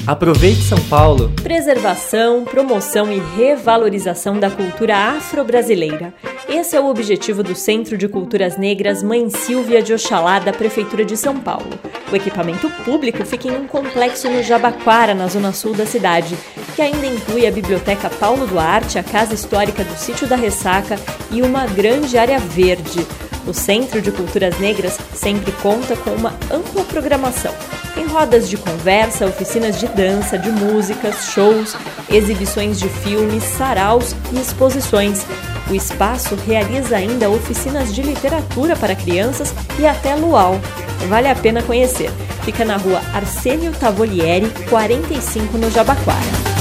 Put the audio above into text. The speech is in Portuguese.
Aproveite São Paulo! Preservação, promoção e revalorização da cultura afro-brasileira. Esse é o objetivo do Centro de Culturas Negras Mãe Silvia de Oxalá da Prefeitura de São Paulo. O equipamento público fica em um complexo no Jabaquara, na zona sul da cidade, que ainda inclui a Biblioteca Paulo Duarte, a Casa Histórica do Sítio da Ressaca e uma grande área verde. O Centro de Culturas Negras sempre conta com uma ampla programação. Tem rodas de conversa, oficinas de dança, de músicas, shows, exibições de filmes, saraus e exposições. O espaço realiza ainda oficinas de literatura para crianças e até luau. Vale a pena conhecer. Fica na rua Arsênio Tavolieri, 45, no Jabaquara.